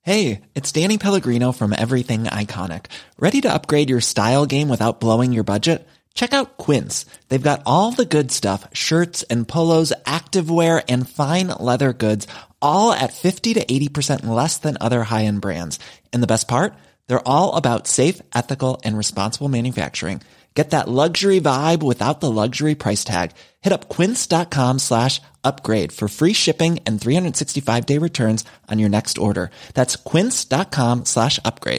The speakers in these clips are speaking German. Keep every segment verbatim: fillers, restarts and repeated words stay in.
Hey, it's Danny Pellegrino from Everything Iconic. Ready to upgrade your style game without blowing your budget? Check out Quince. They've got all the good stuff, shirts and polos, activewear, and fine leather goods, all at fifty to eighty percent less than other high-end brands. And the best part? They're all about safe, ethical, and responsible manufacturing. Get that luxury vibe without the luxury price tag. Hit up quince.com slash upgrade for free shipping and three sixty-five day returns on your next order. That's quince.com slash upgrade.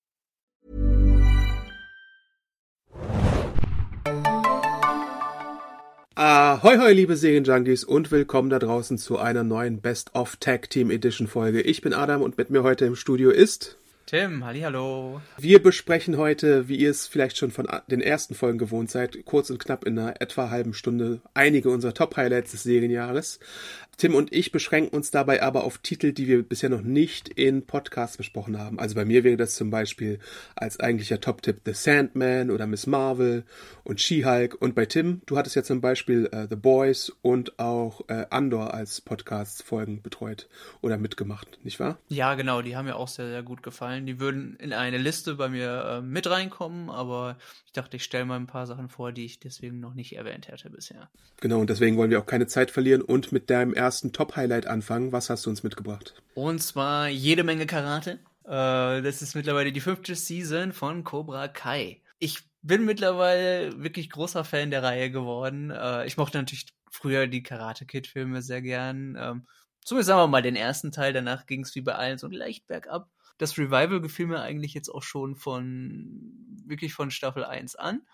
Ahoi, hoi, liebe Serienjunkies und willkommen da draußen zu einer neuen Best-of Tag Team Edition Folge. Ich bin Adam und mit mir heute im Studio ist... Tim, hallihallo. Wir besprechen heute, wie ihr es vielleicht schon von den ersten Folgen gewohnt seid, kurz und knapp in einer etwa halben Stunde einige unserer Top-Highlights des Serienjahres. Tim und ich beschränken uns dabei aber auf Titel, die wir bisher noch nicht in Podcasts besprochen haben. Also bei mir wäre das zum Beispiel als eigentlicher Top-Tipp The Sandman oder Miss Marvel und She-Hulk. Und bei Tim, du hattest ja zum Beispiel äh, The Boys und auch äh, Andor als Podcast-Folgen betreut oder mitgemacht, nicht wahr? Ja, genau, die haben mir auch sehr, sehr gut gefallen. Die würden in eine Liste bei mir äh, mit reinkommen, aber ich dachte, ich stelle mal ein paar Sachen vor, die ich deswegen noch nicht erwähnt hätte bisher. Genau, und deswegen wollen wir auch keine Zeit verlieren und mit deinem ersten Top-Highlight anfangen. Was hast du uns mitgebracht? Und zwar jede Menge Karate. Äh, das ist mittlerweile die fünfte Season von Cobra Kai. Ich bin mittlerweile wirklich großer Fan der Reihe geworden. Äh, ich mochte natürlich früher die Karate-Kid-Filme sehr gern. Ähm, zumindest sagen wir mal den ersten Teil. Danach ging es wie bei allen so leicht bergab. Das Revival gefiel mir eigentlich jetzt auch schon von wirklich von Staffel eins an.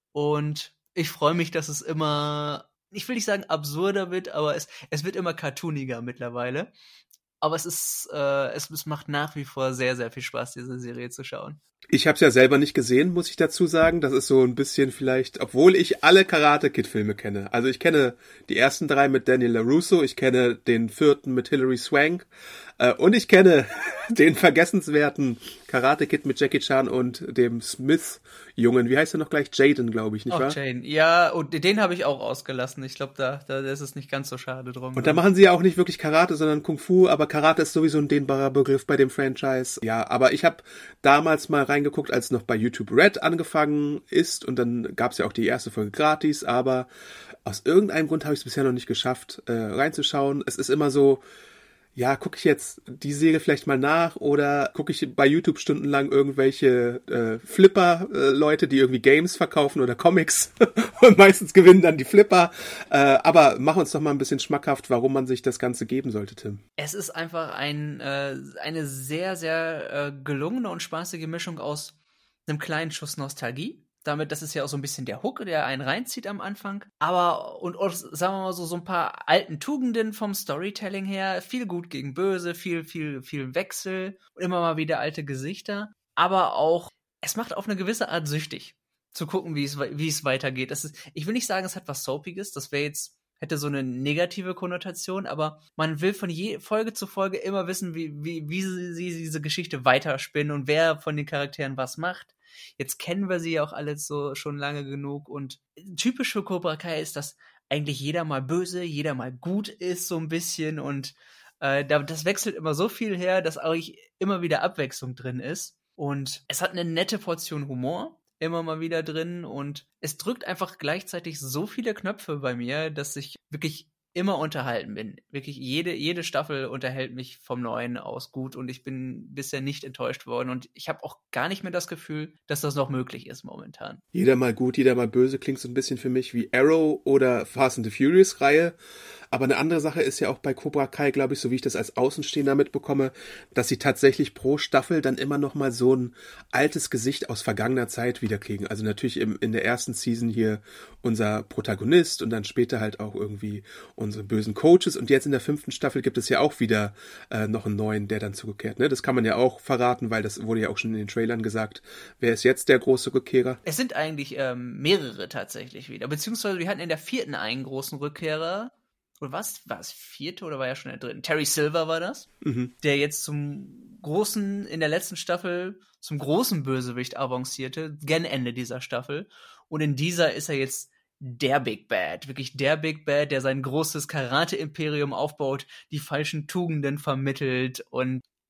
Und ich freue mich, dass es immer, ich will nicht sagen absurder wird, aber es, es wird immer cartooniger mittlerweile. Aber es ist, äh, es, es macht nach wie vor sehr, sehr viel Spaß, diese Serie zu schauen. Ich habe es ja selber nicht gesehen, muss ich dazu sagen. Das ist so ein bisschen vielleicht, obwohl ich alle Karate-Kid-Filme kenne. Also ich kenne die ersten drei mit Daniel LaRusso, ich kenne den vierten mit Hilary Swank äh, und ich kenne den vergessenswerten Karate-Kid mit Jackie Chan und dem Smith-Jungen. Wie heißt er noch gleich? Jaden, glaube ich, nicht Auch wahr? Jaden. Ja, und den habe ich auch ausgelassen. Ich glaube, da, da ist es nicht ganz so schade drum. Und da machen sie ja auch nicht wirklich Karate, sondern Kung Fu, aber Karate ist sowieso ein dehnbarer Begriff bei dem Franchise. Ja, aber ich habe damals mal reingeguckt, als noch bei YouTube Red angefangen ist und dann gab es ja auch die erste Folge gratis, aber aus irgendeinem Grund habe ich es bisher noch nicht geschafft, äh, reinzuschauen. Es ist immer so, ja, gucke ich jetzt die Serie vielleicht mal nach oder gucke ich bei YouTube stundenlang irgendwelche äh, Flipper-Leute, äh, die irgendwie Games verkaufen oder Comics und meistens gewinnen dann die Flipper. Äh, aber mach uns doch mal ein bisschen schmackhaft, warum man sich das Ganze geben sollte, Tim. Es ist einfach ein, äh, eine sehr, sehr äh, gelungene und spaßige Mischung aus einem kleinen Schuss Nostalgie. Damit, das ist ja auch so ein bisschen der Hook, der einen reinzieht am Anfang. Aber, und auch, sagen wir mal so, so ein paar alten Tugenden vom Storytelling her. Viel Gut gegen Böse, viel, viel, viel Wechsel. Und immer mal wieder alte Gesichter. Aber auch, es macht auf eine gewisse Art süchtig, zu gucken, wie es, wie es weitergeht. Das ist, ich will nicht sagen, es hat was Soapiges. Das wäre jetzt, hätte so eine negative Konnotation. Aber man will von je, Folge zu Folge immer wissen, wie, wie, wie sie, sie diese Geschichte weiterspinnen und wer von den Charakteren was macht. Jetzt kennen wir sie ja auch alle so schon lange genug und typisch für Cobra Kai ist, dass eigentlich jeder mal böse, jeder mal gut ist so ein bisschen und äh, das wechselt immer so viel her, dass auch immer wieder Abwechslung drin ist und es hat eine nette Portion Humor immer mal wieder drin und es drückt einfach gleichzeitig so viele Knöpfe bei mir, dass ich wirklich immer unterhalten bin. Wirklich jede, jede Staffel unterhält mich vom Neuen aus gut und ich bin bisher nicht enttäuscht worden und ich habe auch gar nicht mehr das Gefühl, dass das noch möglich ist momentan. Jeder mal gut, jeder mal böse klingt so ein bisschen für mich wie Arrow oder Fast and the Furious Reihe. Aber eine andere Sache ist ja auch bei Cobra Kai, glaube ich, so wie ich das als Außenstehender mitbekomme, dass sie tatsächlich pro Staffel dann immer noch mal so ein altes Gesicht aus vergangener Zeit wiederkriegen. Also natürlich im, in der ersten Season hier unser Protagonist und dann später halt auch irgendwie unsere bösen Coaches. Und jetzt in der fünften Staffel gibt es ja auch wieder äh, noch einen neuen, der dann zurückkehrt. Ne? Das kann man ja auch verraten, weil das wurde ja auch schon in den Trailern gesagt. Wer ist jetzt der große Rückkehrer? Es sind eigentlich ähm, mehrere tatsächlich wieder. Beziehungsweise wir hatten in der vierten einen großen Rückkehrer. Oder was? War es vierte oder war ja schon der dritten? Terry Silver war das, mhm. Der jetzt zum großen, in der letzten Staffel, zum großen Bösewicht avancierte, gen Ende dieser Staffel. Und in dieser ist er jetzt der Big Bad, wirklich der Big Bad, der sein großes Karate-Imperium aufbaut, die falschen Tugenden vermittelt und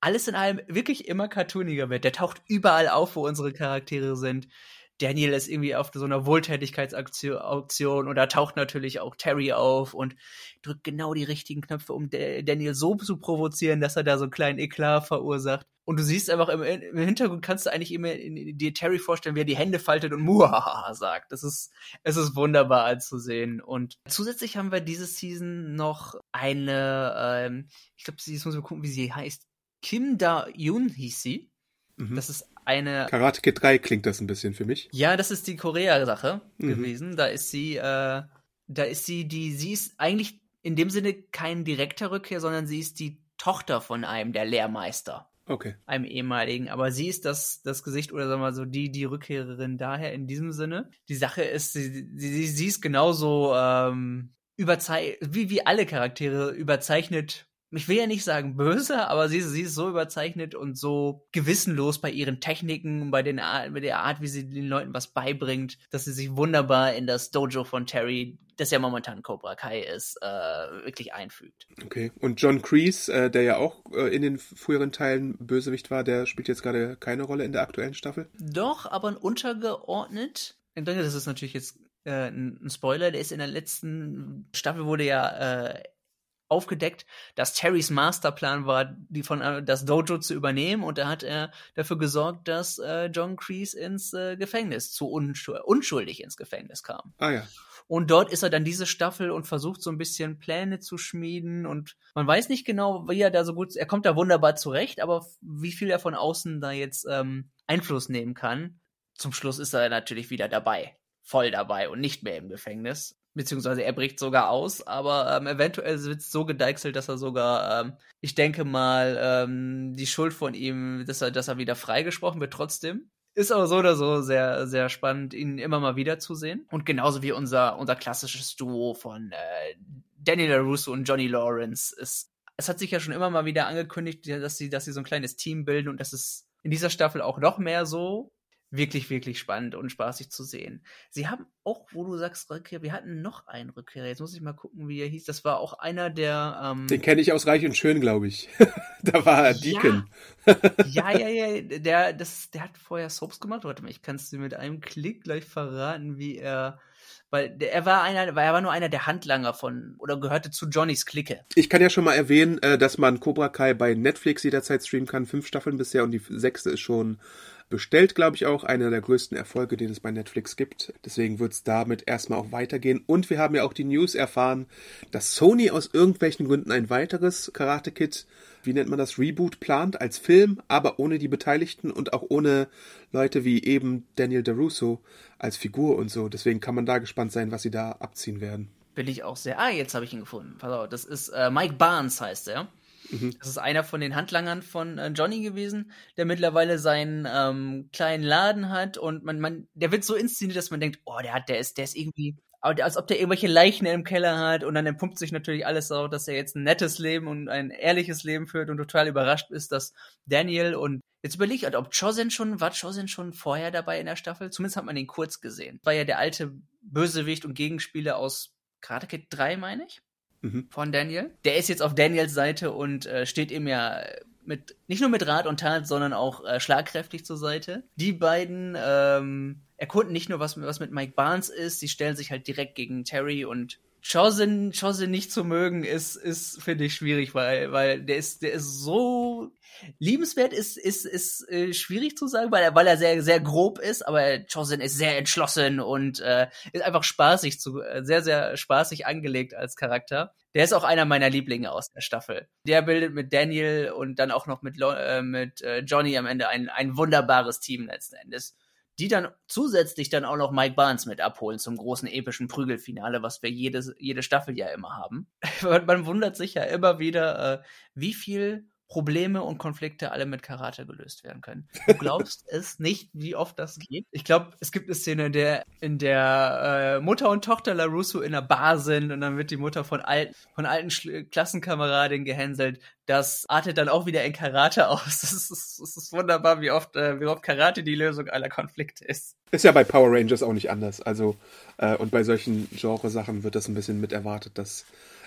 alles in allem wirklich immer cartooniger wird. Der taucht überall auf, wo unsere Charaktere sind. Daniel ist irgendwie auf so einer Wohltätigkeitsaktion und da taucht natürlich auch Terry auf und drückt genau die richtigen Knöpfe, um Daniel so zu provozieren, dass er da so einen kleinen Eklat verursacht. Und du siehst einfach im, im Hintergrund kannst du eigentlich immer dir Terry vorstellen, wie er die Hände faltet und Muhahaha sagt. Das ist, es ist wunderbar anzusehen. Und zusätzlich haben wir diese Season noch eine, ähm, ich glaube, jetzt muss ich mal gucken, wie sie heißt. Kim Da-Yoon hieß sie. Mhm. Das ist eine... Karate Kid drei klingt das ein bisschen für mich. Ja, das ist die Korea-Sache mhm. gewesen. Da ist sie, äh, da ist sie die, sie ist eigentlich in dem Sinne kein direkter Rückkehr, sondern sie ist die Tochter von einem der Lehrmeister. Okay. Einem ehemaligen. Aber sie ist das, das Gesicht oder sagen wir mal so die, die Rückkehrerin daher in diesem Sinne. Die Sache ist, sie, sie, sie ist genauso ähm, überzeichnet, wie, wie alle Charaktere überzeichnet. Ich will ja nicht sagen böse, aber sie, sie ist so überzeichnet und so gewissenlos bei ihren Techniken, bei, den Art, bei der Art, wie sie den Leuten was beibringt, dass sie sich wunderbar in das Dojo von Terry, das ja momentan Cobra Kai ist, äh, wirklich einfügt. Okay, und John Kreese, äh, der ja auch äh, in den früheren Teilen Bösewicht war, der spielt jetzt gerade keine Rolle in der aktuellen Staffel? Doch, aber untergeordnet. Ich denke, das ist natürlich jetzt äh, ein Spoiler, der ist in der letzten Staffel wurde ja äh, aufgedeckt, dass Terrys Masterplan war, die von äh, das Dojo zu übernehmen und da hat er dafür gesorgt, dass äh, John Kreese ins äh, Gefängnis, zu unschuld, unschuldig ins Gefängnis kam. Ah ja. Und dort ist er dann diese Staffel und versucht so ein bisschen Pläne zu schmieden und man weiß nicht genau, wie er da so gut, er kommt da wunderbar zurecht, aber wie viel er von außen da jetzt ähm, Einfluss nehmen kann. Zum Schluss ist er natürlich wieder dabei, voll dabei und nicht mehr im Gefängnis. Beziehungsweise er bricht sogar aus, aber ähm, eventuell wird es so gedeichselt, dass er sogar, ähm, ich denke mal, ähm, die Schuld von ihm, dass er, dass er wieder freigesprochen wird trotzdem. Ist aber so oder so sehr, sehr spannend, ihn immer mal wieder zu sehen. Und genauso wie unser, unser klassisches Duo von äh, Daniel LaRusso und Johnny Lawrence. Es, es hat sich ja schon immer mal wieder angekündigt, dass sie, dass sie so ein kleines Team bilden und das ist in dieser Staffel auch noch mehr so. Wirklich, wirklich spannend und spaßig zu sehen. Sie haben auch, wo du sagst Rückkehr, wir hatten noch einen Rückkehrer. Jetzt muss ich mal gucken, wie er hieß. Das war auch einer der... Ähm, Den kenne ich aus Reich und Schön, glaube ich. Da war er Deacon. Ja, ja, ja. Der, das, der hat vorher Soaps gemacht. Warte mal, ich kann es dir mit einem Klick gleich verraten, wie er... Weil der, er war einer, weil er war nur einer der Handlanger von, oder gehörte zu Johnnys Clique. Ich kann ja schon mal erwähnen, dass man Cobra Kai bei Netflix jederzeit streamen kann. Fünf Staffeln bisher und die sechste ist schon bestellt, glaube ich auch. Einer der größten Erfolge, den es bei Netflix gibt. Deswegen wird es damit erstmal auch weitergehen. Und wir haben ja auch die News erfahren, dass Sony aus irgendwelchen Gründen ein weiteres Karate Kid, wie nennt man das, Reboot plant als Film, aber ohne die Beteiligten und auch ohne Leute wie eben Daniel LaRusso als Figur und so. Deswegen kann man da gespannt sein, was sie da abziehen werden. Bin ich auch sehr... Ah, jetzt habe ich ihn gefunden. Pass auf, das ist äh, Mike Barnes heißt er. Mhm. Das ist einer von den Handlangern von äh, Johnny gewesen, der mittlerweile seinen ähm, kleinen Laden hat und man, man, der wird so inszeniert, dass man denkt, oh, der hat, der ist, der ist irgendwie, als ob der irgendwelche Leichen im Keller hat und dann entpumpt sich natürlich alles so, dass er jetzt ein nettes Leben und ein ehrliches Leben führt und total überrascht ist, dass Daniel und jetzt überlege ich, ob Chosen schon, war Chosen schon vorher dabei in der Staffel? Zumindest hat man den kurz gesehen. War ja der alte Bösewicht und Gegenspieler aus Karate Kid drei, meine ich. Von Daniel. Der ist jetzt auf Daniels Seite und äh, steht ihm ja mit nicht nur mit Rat und Tat, sondern auch äh, schlagkräftig zur Seite. Die beiden ähm, erkunden nicht nur, was, was mit Mike Barnes ist, sie stellen sich halt direkt gegen Terry und Chosen, Chosen nicht zu mögen, ist, ist finde ich, schwierig, weil, weil der ist, der ist so liebenswert, ist, ist, ist äh, schwierig zu sagen, weil er, weil er sehr, sehr grob ist, aber Chosen ist sehr entschlossen und äh, ist einfach spaßig, zu, äh, sehr, sehr spaßig angelegt als Charakter. Der ist auch einer meiner Lieblinge aus der Staffel. Der bildet mit Daniel und dann auch noch mit, äh, mit äh, Johnny am Ende ein, ein wunderbares Team letzten Endes, die dann zusätzlich dann auch noch Mike Barnes mit abholen zum großen epischen Prügelfinale, was wir jede, jede Staffel ja immer haben. Man wundert sich ja immer wieder, äh, wie viel Probleme und Konflikte alle mit Karate gelöst werden können. Du glaubst es nicht, wie oft das geht. Ich glaube, es gibt eine Szene, in der, in der äh, Mutter und Tochter LaRusso in einer Bar sind und dann wird die Mutter von alten, von alten Schl- Klassenkameradinnen gehänselt. Das artet dann auch wieder in Karate aus. Das ist, das ist wunderbar, wie oft, äh, wie oft Karate die Lösung aller Konflikte ist. Ist ja bei Power Rangers auch nicht anders. Also äh, und bei solchen Genresachen wird das ein bisschen mit erwartet, dass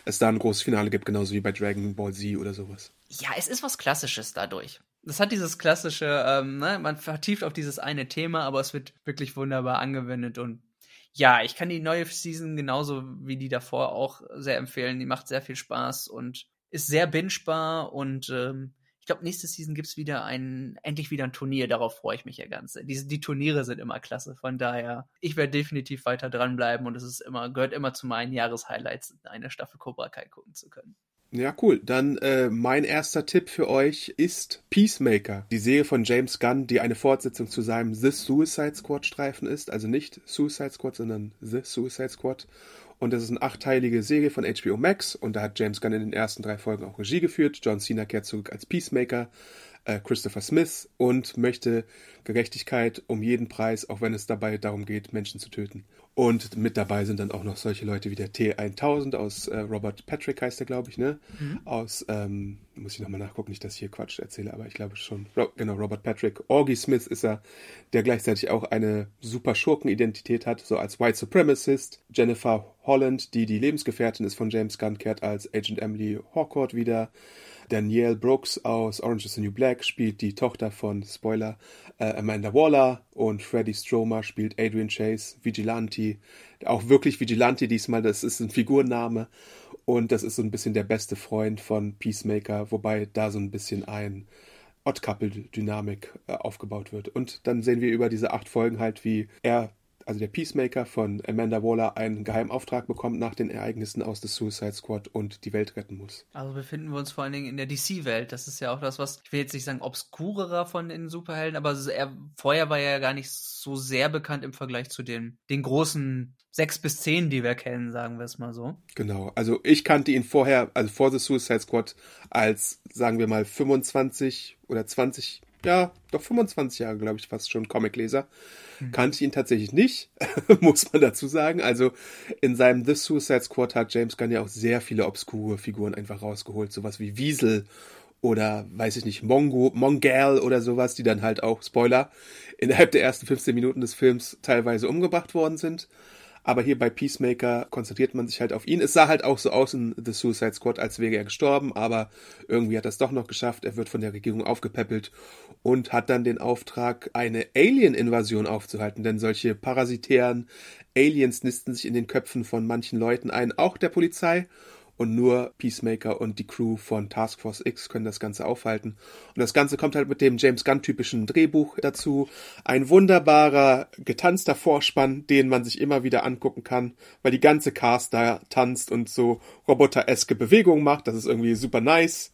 es da ein großes Finale gibt, genauso wie bei Dragon Ball Z oder sowas. Ja, es ist was Klassisches dadurch. Das hat dieses klassische, ähm, ne, man vertieft auf dieses eine Thema, aber es wird wirklich wunderbar angewendet und ja, ich kann die neue Season genauso wie die davor auch sehr empfehlen. Die macht sehr viel Spaß und ist sehr bingebar und ähm, ich glaube, nächste Season gibt's wieder ein, endlich wieder ein Turnier, darauf freue ich mich ja ganz. Die, die Turniere sind immer klasse, von daher, ich werde definitiv weiter dranbleiben und es ist immer, gehört immer zu meinen Jahreshighlights, eine Staffel Cobra Kai gucken zu können. Ja, cool. Dann äh, mein erster Tipp für euch ist Peacemaker, die Serie von James Gunn, die eine Fortsetzung zu seinem The Suicide Squad Streifen ist. Also nicht Suicide Squad, sondern The Suicide Squad. Und das ist eine achtteilige Serie von H B O Max und da hat James Gunn in den ersten drei Folgen auch Regie geführt. John Cena kehrt zurück als Peacemaker, äh, Christopher Smith, und möchte Gerechtigkeit um jeden Preis, auch wenn es dabei darum geht, Menschen zu töten. Und mit dabei sind dann auch noch solche Leute wie der T tausend aus äh, Robert Patrick heißt er, glaube ich, ne? Mhm. Aus, ähm, muss ich nochmal nachgucken, nicht, dass ich hier Quatsch erzähle, aber ich glaube schon. Ro- genau, Robert Patrick. Orgy Smith ist er, der gleichzeitig auch eine super Schurkenidentität hat, so als White Supremacist. Jennifer Holland, die die Lebensgefährtin ist von James Gunn, kehrt als Agent Emily Harcourt wieder. Danielle Brooks aus Orange is the New Black spielt die Tochter von, Spoiler, äh, Amanda Waller, und Freddie Stromer spielt Adrian Chase, Vigilante, auch wirklich Vigilante diesmal, das ist ein Figurname und das ist so ein bisschen der beste Freund von Peacemaker, wobei da so ein bisschen ein Odd-Couple-Dynamik äh, aufgebaut wird. Und dann sehen wir über diese acht Folgen halt, wie er, also der Peacemaker von Amanda Waller, einen Geheimauftrag bekommt nach den Ereignissen aus The Suicide Squad und die Welt retten muss. Also befinden wir uns vor allen Dingen in der D C-Welt. Das ist ja auch das, was, ich will jetzt nicht sagen obskurerer von den Superhelden, aber er, vorher war er ja gar nicht so sehr bekannt im Vergleich zu den, den großen sechs bis zehn, die wir kennen, sagen wir es mal so. Genau, also ich kannte ihn vorher, also vor The Suicide Squad, als, sagen wir mal, fünfundzwanzig oder zwanzig, ja, doch fünfundzwanzig Jahre, glaube ich, fast schon Comicleser. Hm. Kannte ich ihn tatsächlich nicht, muss man dazu sagen. Also in seinem The Suicide Squad hat James Gunn ja auch sehr viele obskure Figuren einfach rausgeholt, sowas wie Wiesel oder, weiß ich nicht, Mongo, Mongal oder sowas, die dann halt auch, Spoiler, innerhalb der ersten fünfzehn Minuten des Films teilweise umgebracht worden sind. Aber hier bei Peacemaker konzentriert man sich halt auf ihn. Es sah halt auch so aus in The Suicide Squad, als wäre er gestorben, aber irgendwie hat er es doch noch geschafft. Er wird von der Regierung aufgepäppelt und hat dann den Auftrag, eine Alien-Invasion aufzuhalten. Denn solche parasitären Aliens nisten sich in den Köpfen von manchen Leuten ein, auch der Polizei. Und nur Peacemaker und die Crew von Task Force X können das Ganze aufhalten. Und das Ganze kommt halt mit dem James Gunn-typischen Drehbuch dazu. Ein wunderbarer, getanzter Vorspann, den man sich immer wieder angucken kann, weil die ganze Cast da tanzt und so robotereske Bewegungen macht. Das ist irgendwie super nice.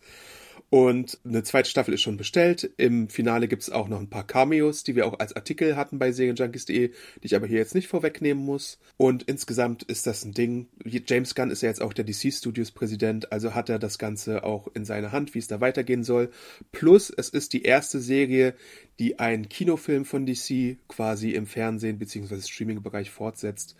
Und eine zweite Staffel ist schon bestellt. Im Finale gibt es auch noch ein paar Cameos, die wir auch als Artikel hatten bei serienjunkies punkt de, die ich aber hier jetzt nicht vorwegnehmen muss. Und insgesamt ist das ein Ding. James Gunn ist ja jetzt auch der D C Studios Präsident, also hat er das Ganze auch in seiner Hand, wie es da weitergehen soll. Plus, es ist die erste Serie, die einen Kinofilm von D C quasi im Fernsehen bzw. Streaming-Bereich fortsetzt.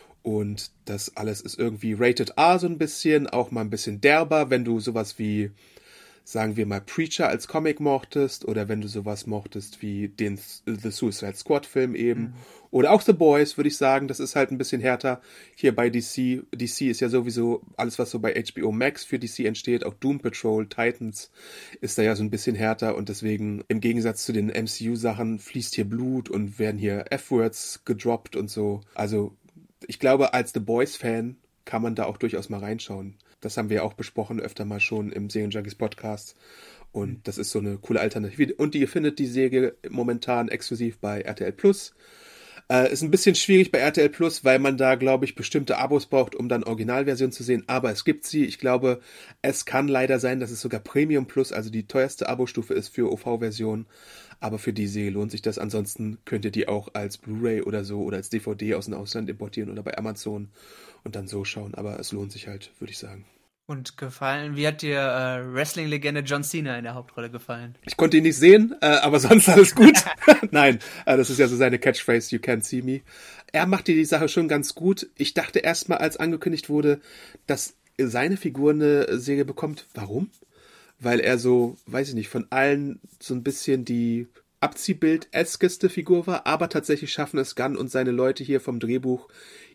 Und das alles ist irgendwie Rated R so ein bisschen, auch mal ein bisschen derber, wenn du sowas wie, sagen wir mal, Preacher als Comic mochtest oder wenn du sowas mochtest wie den The Suicide Squad Film eben mhm. oder auch The Boys, würde ich sagen, das ist halt ein bisschen härter. Hier bei D C, D C ist ja sowieso alles, was so bei H B O Max für D C entsteht, auch Doom Patrol, Titans ist da ja so ein bisschen härter und deswegen im Gegensatz zu den M C U-Sachen fließt hier Blut und werden hier F-Words gedroppt und so. Also ich glaube, als The Boys-Fan kann man da auch durchaus mal reinschauen. Das haben wir auch besprochen, öfter mal schon im Serienjunkies Podcast. Und das ist so eine coole Alternative. Und ihr findet die Serie momentan exklusiv bei R T L Plus. Äh, ist ein bisschen schwierig bei R T L Plus, weil man da, glaube ich, bestimmte Abos braucht, um dann Originalversion zu sehen. Aber es gibt sie. Ich glaube, es kann leider sein, dass es sogar Premium Plus, also die teuerste Abo-Stufe ist für O V-Version. Aber für die Serie lohnt sich das. Ansonsten könnt ihr die auch als Blu-ray oder so oder als D V D aus dem Ausland importieren oder bei Amazon und dann so schauen. Aber es lohnt sich halt, würde ich sagen. Und gefallen, wie hat dir äh, Wrestling-Legende John Cena in der Hauptrolle gefallen? Ich konnte ihn nicht sehen, äh, aber sonst alles gut. Nein, äh, das ist ja so seine Catchphrase, you can't see me. Er machte die Sache schon ganz gut. Ich dachte erstmal, als angekündigt wurde, dass seine Figur eine Serie bekommt. Warum? Weil er so, weiß ich nicht, von allen so ein bisschen die Abziehbild-eskeste Figur war, aber tatsächlich schaffen es Gunn und seine Leute hier vom Drehbuch,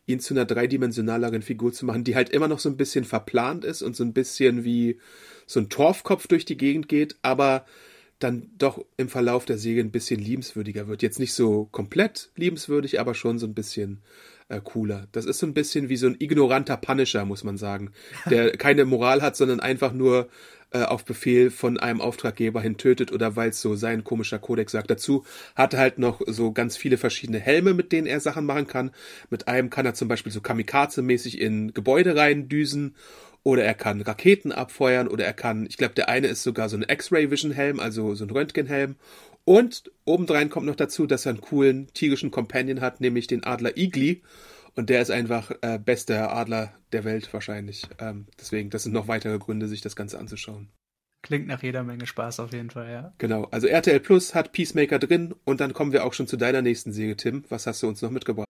ihn zu einer dreidimensionaleren Figur zu machen, die halt immer noch so ein bisschen verplant ist und so ein bisschen wie so ein Torfkopf durch die Gegend geht, aber dann doch im Verlauf der Serie ein bisschen liebenswürdiger wird. Jetzt nicht so komplett liebenswürdig, aber schon so ein bisschen äh, cooler. Das ist so ein bisschen wie so ein ignoranter Punisher, muss man sagen, der keine Moral hat, sondern einfach nur äh, auf Befehl von einem Auftraggeber hin tötet oder weil es so sein komischer Kodex sagt. Dazu hat er halt noch so ganz viele verschiedene Helme, mit denen er Sachen machen kann. Mit einem kann er zum Beispiel so Kamikaze-mäßig in Gebäude reindüsen. Oder er kann Raketen abfeuern, oder er kann, ich glaube, der eine ist sogar so ein X-Ray-Vision-Helm, also so ein Röntgenhelm. Und obendrein kommt noch dazu, dass er einen coolen tierischen Companion hat, nämlich den Adler Igli. Und der ist einfach äh, bester Adler der Welt wahrscheinlich. Ähm, deswegen, das sind noch weitere Gründe, sich das Ganze anzuschauen. Klingt nach jeder Menge Spaß auf jeden Fall, ja. Genau, also R T L Plus hat Peacemaker drin. Und dann kommen wir auch schon zu deiner nächsten Serie, Tim. Was hast du uns noch mitgebracht?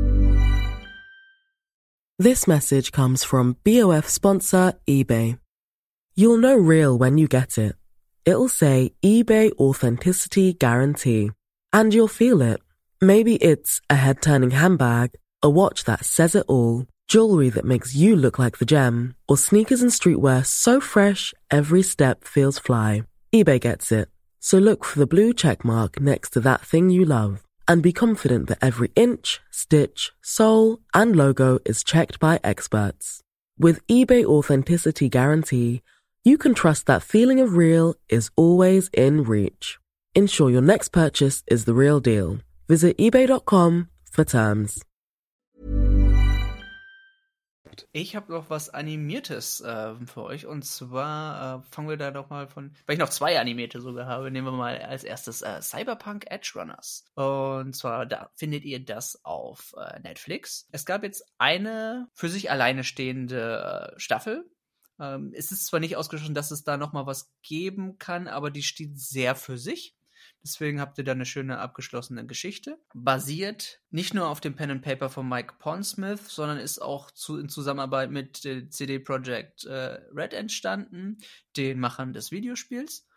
This message comes from B O F sponsor eBay. You'll know real when you get it. It'll say eBay Authenticity Guarantee. And you'll feel it. Maybe it's a head-turning handbag, a watch that says it all, jewelry that makes you look like the gem, or sneakers and streetwear so fresh every step feels fly. eBay gets it. So look for the blue check mark next to that thing you love. And be confident that every inch, stitch, sole, and logo is checked by experts. With eBay Authenticity Guarantee, you can trust that feeling of real is always in reach. Ensure your next purchase is the real deal. Visit ebay dot com for terms. Ich habe noch was Animiertes äh, für euch, und zwar äh, fangen wir da doch mal von, weil ich noch zwei Animierte sogar habe, nehmen wir mal als erstes äh, Cyberpunk Edge Runners. Und zwar da findet ihr das auf äh, Netflix. Es gab jetzt eine für sich alleine stehende äh, Staffel. Ähm, es ist zwar nicht ausgeschlossen, dass es da nochmal was geben kann, aber die steht sehr für sich. Deswegen habt ihr da eine schöne abgeschlossene Geschichte. Basiert nicht nur auf dem Pen and Paper von Mike Pondsmith, sondern ist auch zu, in Zusammenarbeit mit äh, C D Projekt äh, Red entstanden, den Machern des Videospiels.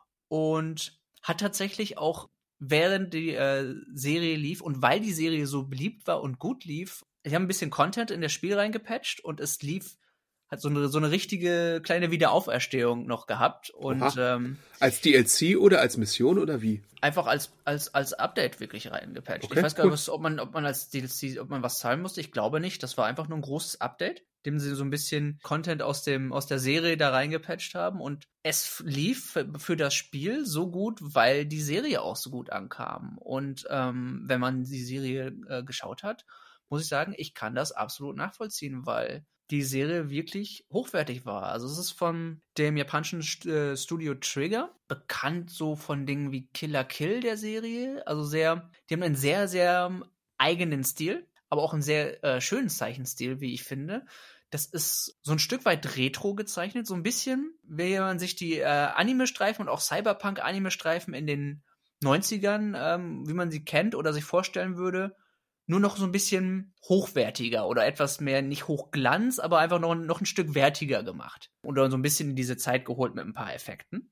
Und hat tatsächlich auch, während die äh, Serie lief und weil die Serie so beliebt war und gut lief, sie haben ein bisschen Content in das Spiel reingepatcht und es lief, hat so eine, so eine richtige kleine Wiederauferstehung noch gehabt. Und ähm, als D L C oder als Mission oder wie? Einfach als, als, als Update wirklich reingepatcht. Okay, ich weiß gar cool. nicht, ob man, ob man als D L C, ob man was zahlen musste. Ich glaube nicht. Das war einfach nur ein großes Update, dem sie so ein bisschen Content aus dem, aus der Serie da reingepatcht haben. Und es lief für, für das Spiel so gut, weil die Serie auch so gut ankam. Und ähm, wenn man die Serie äh, geschaut hat, muss ich sagen, ich kann das absolut nachvollziehen, weil die Serie wirklich hochwertig war. Also es ist von dem japanischen St- Studio Trigger, bekannt so von Dingen wie Killer Kill der Serie. Also sehr, die haben einen sehr, sehr eigenen Stil, aber auch einen sehr äh, schönen Zeichenstil, wie ich finde. Das ist so ein Stück weit retro gezeichnet, so ein bisschen, wenn man sich die äh, Anime-Streifen und auch Cyberpunk-Anime-Streifen in den neunzigern, ähm, wie man sie kennt oder sich vorstellen würde, nur noch so ein bisschen hochwertiger oder etwas mehr, nicht Hochglanz, aber einfach noch, noch ein Stück wertiger gemacht. Oder so ein bisschen in diese Zeit geholt mit ein paar Effekten.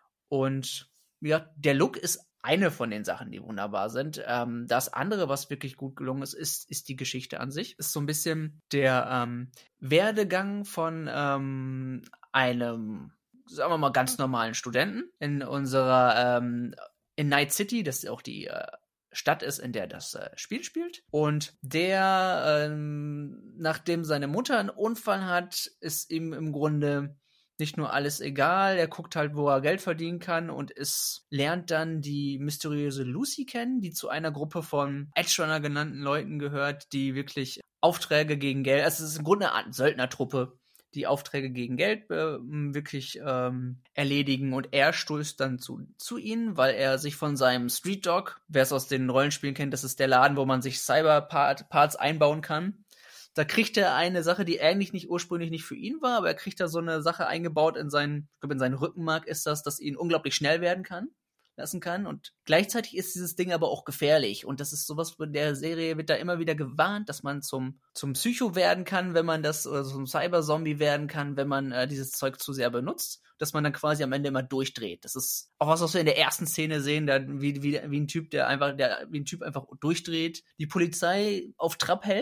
Und ja, der Look ist eine von den Sachen, die wunderbar sind. Ähm, das andere, was wirklich gut gelungen ist, ist, ist die Geschichte an sich. Ist so ein bisschen der ähm, Werdegang von ähm, einem, sagen wir mal, ganz normalen Studenten in unserer, ähm, in Night City, das ist auch die äh, Stadt ist, in der das äh, Spiel spielt. Und der, ähm, nachdem seine Mutter einen Unfall hat, ist ihm im Grunde nicht nur alles egal. Er guckt halt, wo er Geld verdienen kann und ist, lernt dann die mysteriöse Lucy kennen, die zu einer Gruppe von Edgerunner genannten Leuten gehört, die wirklich Aufträge gegen Geld, also es ist im Grunde eine Art Söldnertruppe, die Aufträge gegen Geld äh, wirklich ähm, erledigen, und er stößt dann zu, zu ihnen, weil er sich von seinem Street Dog, wer es aus den Rollenspielen kennt, das ist der Laden, wo man sich Cyberparts einbauen kann. Da kriegt er eine Sache, die eigentlich nicht ursprünglich nicht für ihn war, aber er kriegt da so eine Sache eingebaut in seinen, ich glaube in seinen Rückenmark ist das, dass ihn unglaublich schnell werden kann. lassen kann, und gleichzeitig ist dieses Ding aber auch gefährlich, und das ist sowas, von der Serie wird da immer wieder gewarnt, dass man zum zum Psycho werden kann, wenn man das, oder zum Cyber-Zombie werden kann, wenn man äh, dieses Zeug zu sehr benutzt, dass man dann quasi am Ende immer durchdreht. Das ist auch was, was wir in der ersten Szene sehen, da wie, wie, wie ein Typ, der einfach, der wie ein Typ einfach durchdreht, die Polizei auf Trab hält,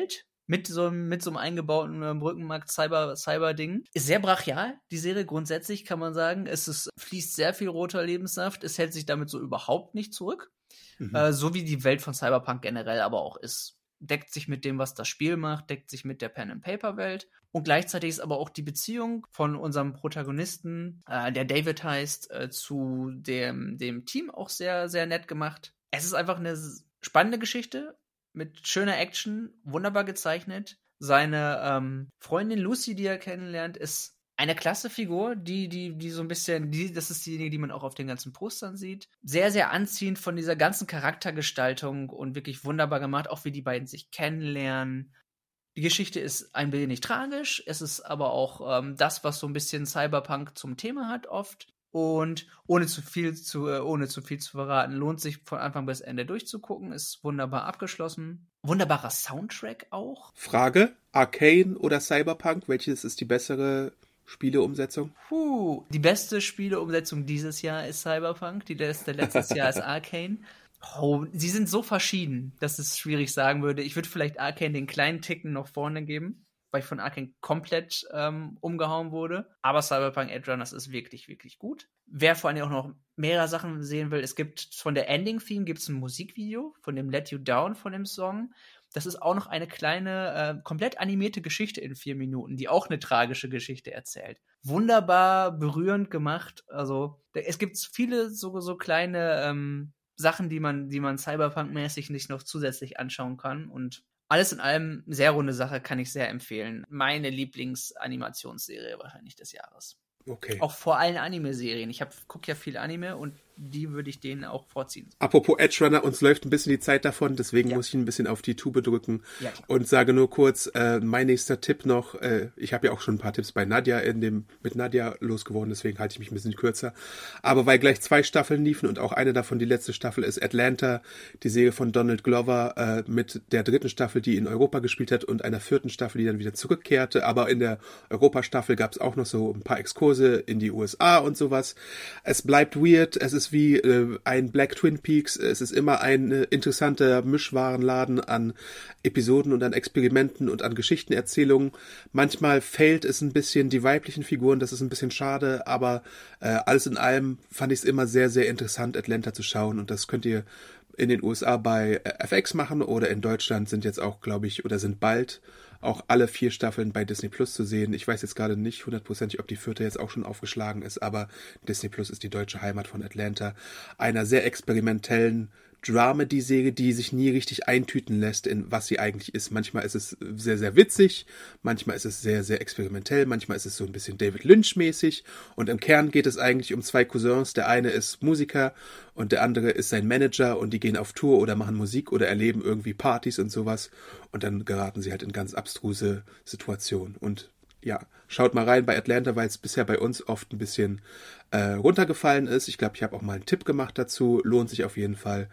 mit so, mit so einem eingebauten äh, Brückenmarkt-Cyber, Cyber-Ding. Ist sehr brachial, die Serie grundsätzlich, kann man sagen. Es ist, fließt sehr viel roter Lebenssaft. Es hält sich damit so überhaupt nicht zurück. Mhm. Äh, so wie die Welt von Cyberpunk generell aber auch ist. Deckt sich mit dem, was das Spiel macht, deckt sich mit der Pen-and-Paper-Welt. Und gleichzeitig ist aber auch die Beziehung von unserem Protagonisten, äh, der David heißt, äh, zu dem, dem Team auch sehr, sehr nett gemacht. Es ist einfach eine spannende Geschichte mit schöner Action, wunderbar gezeichnet. Seine ähm, Freundin Lucy, die er kennenlernt, ist eine klasse Figur, die, die, die so ein bisschen, die, das ist diejenige, die man auch auf den ganzen Postern sieht. Sehr, sehr anziehend von dieser ganzen Charaktergestaltung und wirklich wunderbar gemacht, auch wie die beiden sich kennenlernen. Die Geschichte ist ein wenig tragisch, es ist aber auch ähm, das, was so ein bisschen Cyberpunk zum Thema hat oft. Und ohne zu viel zu, äh, ohne zu viel zu verraten, lohnt sich von Anfang bis Ende durchzugucken, ist wunderbar abgeschlossen. Wunderbarer Soundtrack auch. Frage, Arcane oder Cyberpunk, welches ist die bessere Spieleumsetzung? Puh, die beste Spieleumsetzung dieses Jahr ist Cyberpunk, die letzte letztes Jahr ist Arcane. Oh, sie sind so verschieden, dass es schwierig sagen würde. Ich würde vielleicht Arcane den kleinen Ticken noch vorne geben, weil ich von Arcane komplett ähm, umgehauen wurde. Aber Cyberpunk Edge Runners ist wirklich, wirklich gut. Wer vor allem auch noch mehrere Sachen sehen will, es gibt von der Ending-Theme gibt es ein Musikvideo von dem Let You Down von dem Song. Das ist auch noch eine kleine, äh, komplett animierte Geschichte in vier Minuten, die auch eine tragische Geschichte erzählt. Wunderbar berührend gemacht. Also es gibt viele so, so kleine ähm, Sachen, die man, die man Cyberpunk-mäßig nicht noch zusätzlich anschauen kann. Und alles in allem, sehr runde Sache, kann ich sehr empfehlen. Meine Lieblingsanimationsserie wahrscheinlich des Jahres. Okay. Auch vor allen Anime-Serien. Ich gucke ja viel Anime und die würde ich denen auch vorziehen. Apropos Edge Runner, uns läuft ein bisschen die Zeit davon, deswegen ja. muss ich ein bisschen auf die Tube drücken ja, und sage nur kurz, äh, mein nächster Tipp noch, äh, ich habe ja auch schon ein paar Tipps bei Nadja in dem mit Nadja losgeworden, deswegen halte ich mich ein bisschen kürzer. Aber weil gleich zwei Staffeln liefen und auch eine davon, die letzte Staffel, ist Atlanta, die Serie von Donald Glover äh, mit der dritten Staffel, die in Europa gespielt hat und einer vierten Staffel, die dann wieder zurückkehrte. Aber in der Europa-Staffel gab es auch noch so ein paar Exkurse in die U S A und sowas. Es bleibt weird, es ist wie äh, ein Black Twin Peaks, es ist immer ein äh, interessanter Mischwarenladen an Episoden und an Experimenten und an Geschichtenerzählungen. Manchmal fehlt es ein bisschen die weiblichen Figuren, das ist ein bisschen schade, aber äh, alles in allem fand ich es immer sehr, sehr interessant, Atlanta zu schauen und das könnt ihr in den U S A bei F X machen oder in Deutschland sind jetzt auch, glaube ich, oder sind bald auch alle vier Staffeln bei Disney Plus zu sehen. Ich weiß jetzt gerade nicht hundertprozentig, ob die vierte jetzt auch schon aufgeschlagen ist, aber Disney Plus ist die deutsche Heimat von Atlanta. Einer sehr experimentellen Dramedy-Serie, die sich nie richtig eintüten lässt, in was sie eigentlich ist. Manchmal ist es sehr, sehr witzig, manchmal ist es sehr, sehr experimentell, manchmal ist es so ein bisschen David Lynch-mäßig und im Kern geht es eigentlich um zwei Cousins. Der eine ist Musiker und der andere ist sein Manager und die gehen auf Tour oder machen Musik oder erleben irgendwie Partys und sowas und dann geraten sie halt in ganz abstruse Situationen und ja, schaut mal rein bei Atlanta, weil es bisher bei uns oft ein bisschen äh, runtergefallen ist. Ich glaube, ich habe auch mal einen Tipp gemacht dazu. Lohnt sich auf jeden Fall.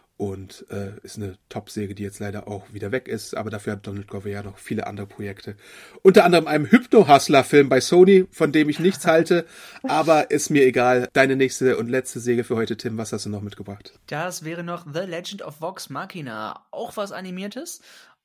Und äh, ist eine Top-Serie, die jetzt leider auch wieder weg ist. Aber dafür hat Donald Glover ja noch viele andere Projekte. Unter anderem einem Hypno-Hustler-Film bei Sony, von dem ich nichts halte. Aber ist mir egal. Deine nächste und letzte Serie für heute, Tim. Was hast du noch mitgebracht? Das wäre noch The Legend of Vox Machina. Auch was Animiertes.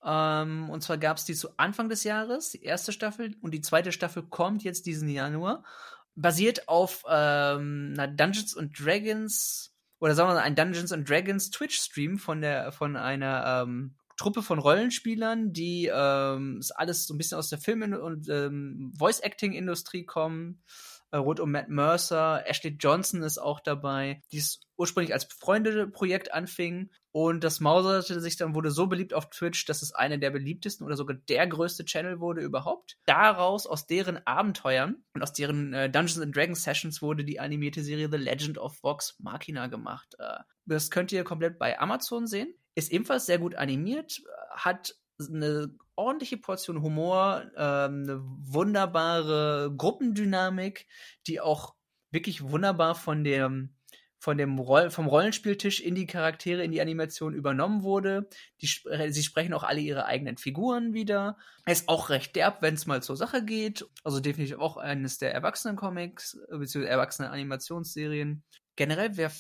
Um, und zwar gab es die zu Anfang des Jahres, die erste Staffel, und die zweite Staffel kommt jetzt diesen Januar. Basiert auf ähm, einer Dungeons and Dragons, oder sagen wir mal, ein Dungeons and Dragons Twitch-Stream von der von einer ähm, Truppe von Rollenspielern, die ähm, alles so ein bisschen aus der Film- und ähm, Voice-Acting-Industrie kommen. Rund um Matt Mercer, Ashley Johnson ist auch dabei, die es ursprünglich als Freunde-Projekt anfing und das mauserte sich dann, wurde so beliebt auf Twitch, dass es einer der beliebtesten oder sogar der größte Channel wurde überhaupt. Daraus, aus deren Abenteuern und aus deren äh, Dungeons and Dragons Sessions wurde die animierte Serie The Legend of Vox Machina gemacht. Äh, das könnt ihr komplett bei Amazon sehen. Ist ebenfalls sehr gut animiert, hat eine ordentliche Portion Humor, ähm, eine wunderbare Gruppendynamik, die auch wirklich wunderbar von dem, von dem Roll- vom Rollenspieltisch in die Charaktere, in die Animation übernommen wurde. Die, sie sprechen auch alle ihre eigenen Figuren wieder. Er ist auch recht derb, wenn es mal zur Sache geht. Also definitiv auch eines der Erwachsenen-Comics, beziehungsweise Erwachsenen-Animationsserien. Generell, wer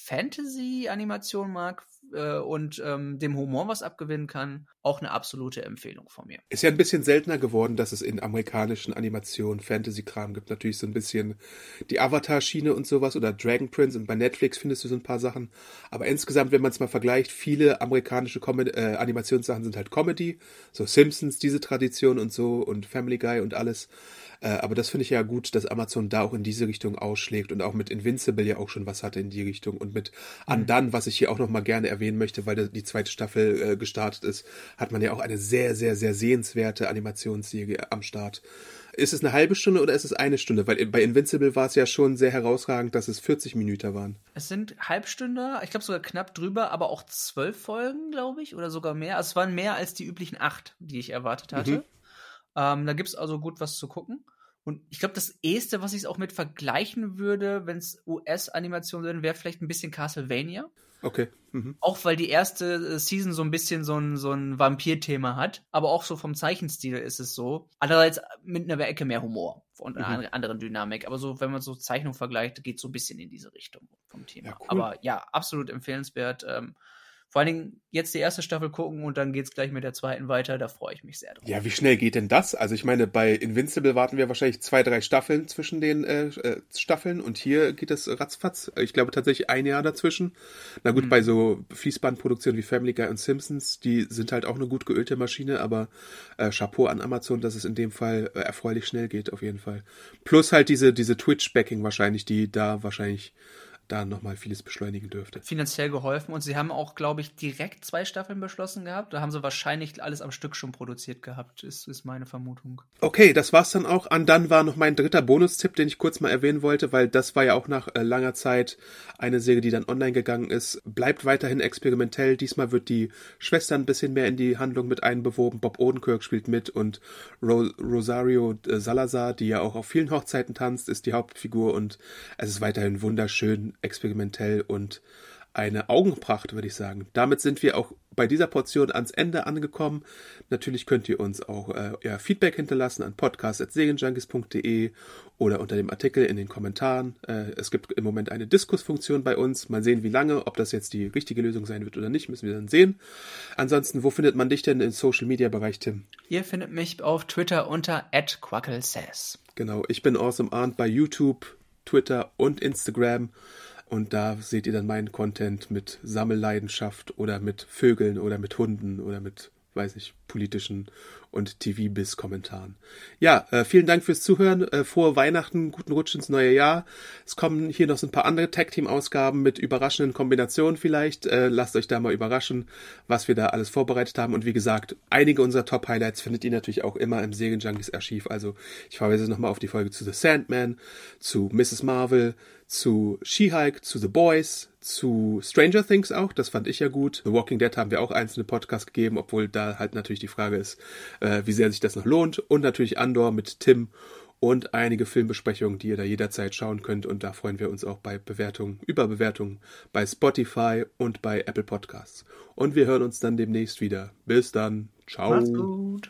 Fantasy-Animation mag äh, und ähm, dem Humor was abgewinnen kann, auch eine absolute Empfehlung von mir. Ist ja ein bisschen seltener geworden, dass es in amerikanischen Animationen Fantasy-Kram gibt. Natürlich so ein bisschen die Avatar-Schiene und sowas oder Dragon Prince und bei Netflix findest du so ein paar Sachen. Aber insgesamt, wenn man es mal vergleicht, viele amerikanische Com- äh, Animationssachen sind halt Comedy. So Simpsons, diese Tradition und so und Family Guy und alles. Äh, aber das finde ich ja gut, dass Amazon da auch in diese Richtung ausschlägt und auch mit Invincible ja auch schon was hatte in die Richtung und mit mhm. Undone, was ich hier auch nochmal gerne erwähnen möchte, weil die zweite Staffel äh, gestartet ist, hat man ja auch eine sehr, sehr, sehr sehenswerte Animationsserie am Start. Ist es eine halbe Stunde oder ist es eine Stunde? Weil bei Invincible war es ja schon sehr herausragend, dass es vierzig Minuten waren. Es sind Halbstunde, ich glaube sogar knapp drüber, aber auch zwölf Folgen, glaube ich, oder sogar mehr. Also es waren mehr als die üblichen acht, die ich erwartet hatte. Mhm. Ähm, da gibt es also gut was zu gucken. Und ich glaube, das Eheste, was ich auch mit vergleichen würde, wenn es U S-Animation wäre, wäre vielleicht ein bisschen Castlevania. Okay. Mhm. Auch weil die erste Season so ein bisschen so ein, so ein Vampir-Thema hat. Aber auch so vom Zeichenstil ist es so. Andererseits mit einer Ecke mehr Humor und einer mhm. anderen Dynamik. Aber so, wenn man so Zeichnung vergleicht, geht es so ein bisschen in diese Richtung vom Thema. Ja, cool. Aber ja, absolut empfehlenswert. Ähm, Vor allen Dingen jetzt die erste Staffel gucken und dann geht's gleich mit der zweiten weiter. Da freue ich mich sehr drauf. Ja, wie schnell geht denn das? Also ich meine, bei Invincible warten wir wahrscheinlich zwei, drei Staffeln zwischen den äh, Staffeln und hier geht es ratzfatz. Ich glaube tatsächlich ein Jahr dazwischen. Na gut, mhm. bei so Fließbandproduktionen wie Family Guy und Simpsons, die sind halt auch eine gut geölte Maschine, aber äh, Chapeau an Amazon, dass es in dem Fall äh, erfreulich schnell geht, auf jeden Fall. Plus halt diese, diese Twitch-Backing wahrscheinlich, die da wahrscheinlich da nochmal vieles beschleunigen dürfte. Finanziell geholfen und sie haben auch, glaube ich, direkt zwei Staffeln beschlossen gehabt. Da haben sie wahrscheinlich alles am Stück schon produziert gehabt, ist, ist meine Vermutung. Okay, das war's dann auch. Und dann war noch mein dritter Bonustipp, den ich kurz mal erwähnen wollte, weil das war ja auch nach äh, langer Zeit eine Serie, die dann online gegangen ist. Bleibt weiterhin experimentell. Diesmal wird die Schwester ein bisschen mehr in die Handlung mit einbewoben. Bob Odenkirk spielt mit und Ro- Rosario äh, Salazar, die ja auch auf vielen Hochzeiten tanzt, ist die Hauptfigur und es ist weiterhin wunderschön, experimentell und eine Augenpracht, würde ich sagen. Damit sind wir auch bei dieser Portion ans Ende angekommen. Natürlich könnt ihr uns auch äh, ja, Feedback hinterlassen an podcast at serienjunkies punkt de oder unter dem Artikel in den Kommentaren. Äh, es gibt im Moment eine Diskussfunktion bei uns. Mal sehen, wie lange, ob das jetzt die richtige Lösung sein wird oder nicht, müssen wir dann sehen. Ansonsten, wo findet man dich denn im Social-Media-Bereich, Tim? Ihr findet mich auf Twitter unter at quacklesays. Genau, ich bin Awesome Arndt bei YouTube, Twitter und Instagram. Und da seht ihr dann meinen Content mit Sammelleidenschaft oder mit Vögeln oder mit Hunden oder mit, weiß ich, politischen und T V-Biss-Kommentaren. Ja, äh, vielen Dank fürs Zuhören. Äh, frohe Weihnachten, guten Rutsch ins neue Jahr. Es kommen hier noch so ein paar andere Tag-Team-Ausgaben mit überraschenden Kombinationen vielleicht. Äh, lasst euch da mal überraschen, was wir da alles vorbereitet haben. Und wie gesagt, einige unserer Top-Highlights findet ihr natürlich auch immer im Serienjunkies-Archiv. Also ich verweise nochmal auf die Folge zu The Sandman, zu Misses Marvel, zu She-Hulk, zu The Boys, zu Stranger Things auch, das fand ich ja gut. The Walking Dead haben wir auch einzelne Podcasts gegeben, obwohl da halt natürlich die Frage ist, äh, wie sehr sich das noch lohnt. Und natürlich Andor mit Tim und einige Filmbesprechungen, die ihr da jederzeit schauen könnt. Und da freuen wir uns auch bei Bewertungen, über Bewertungen bei Spotify und bei Apple Podcasts. Und wir hören uns dann demnächst wieder. Bis dann. Ciao. Macht's gut.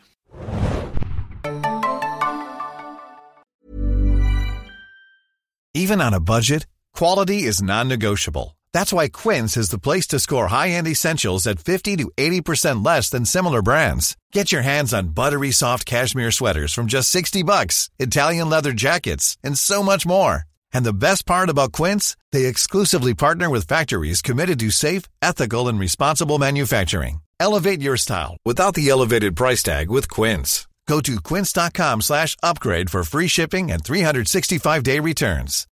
Even on a budget, quality is non-negotiable. That's why Quince is the place to score high-end essentials at fifty to eighty percent less than similar brands. Get your hands on buttery soft cashmere sweaters from just sixty bucks, Italian leather jackets, and so much more. And the best part about Quince, they exclusively partner with factories committed to safe, ethical, and responsible manufacturing. Elevate your style without the elevated price tag with Quince. Go to quince.com slash upgrade for free shipping and three sixty-five day returns.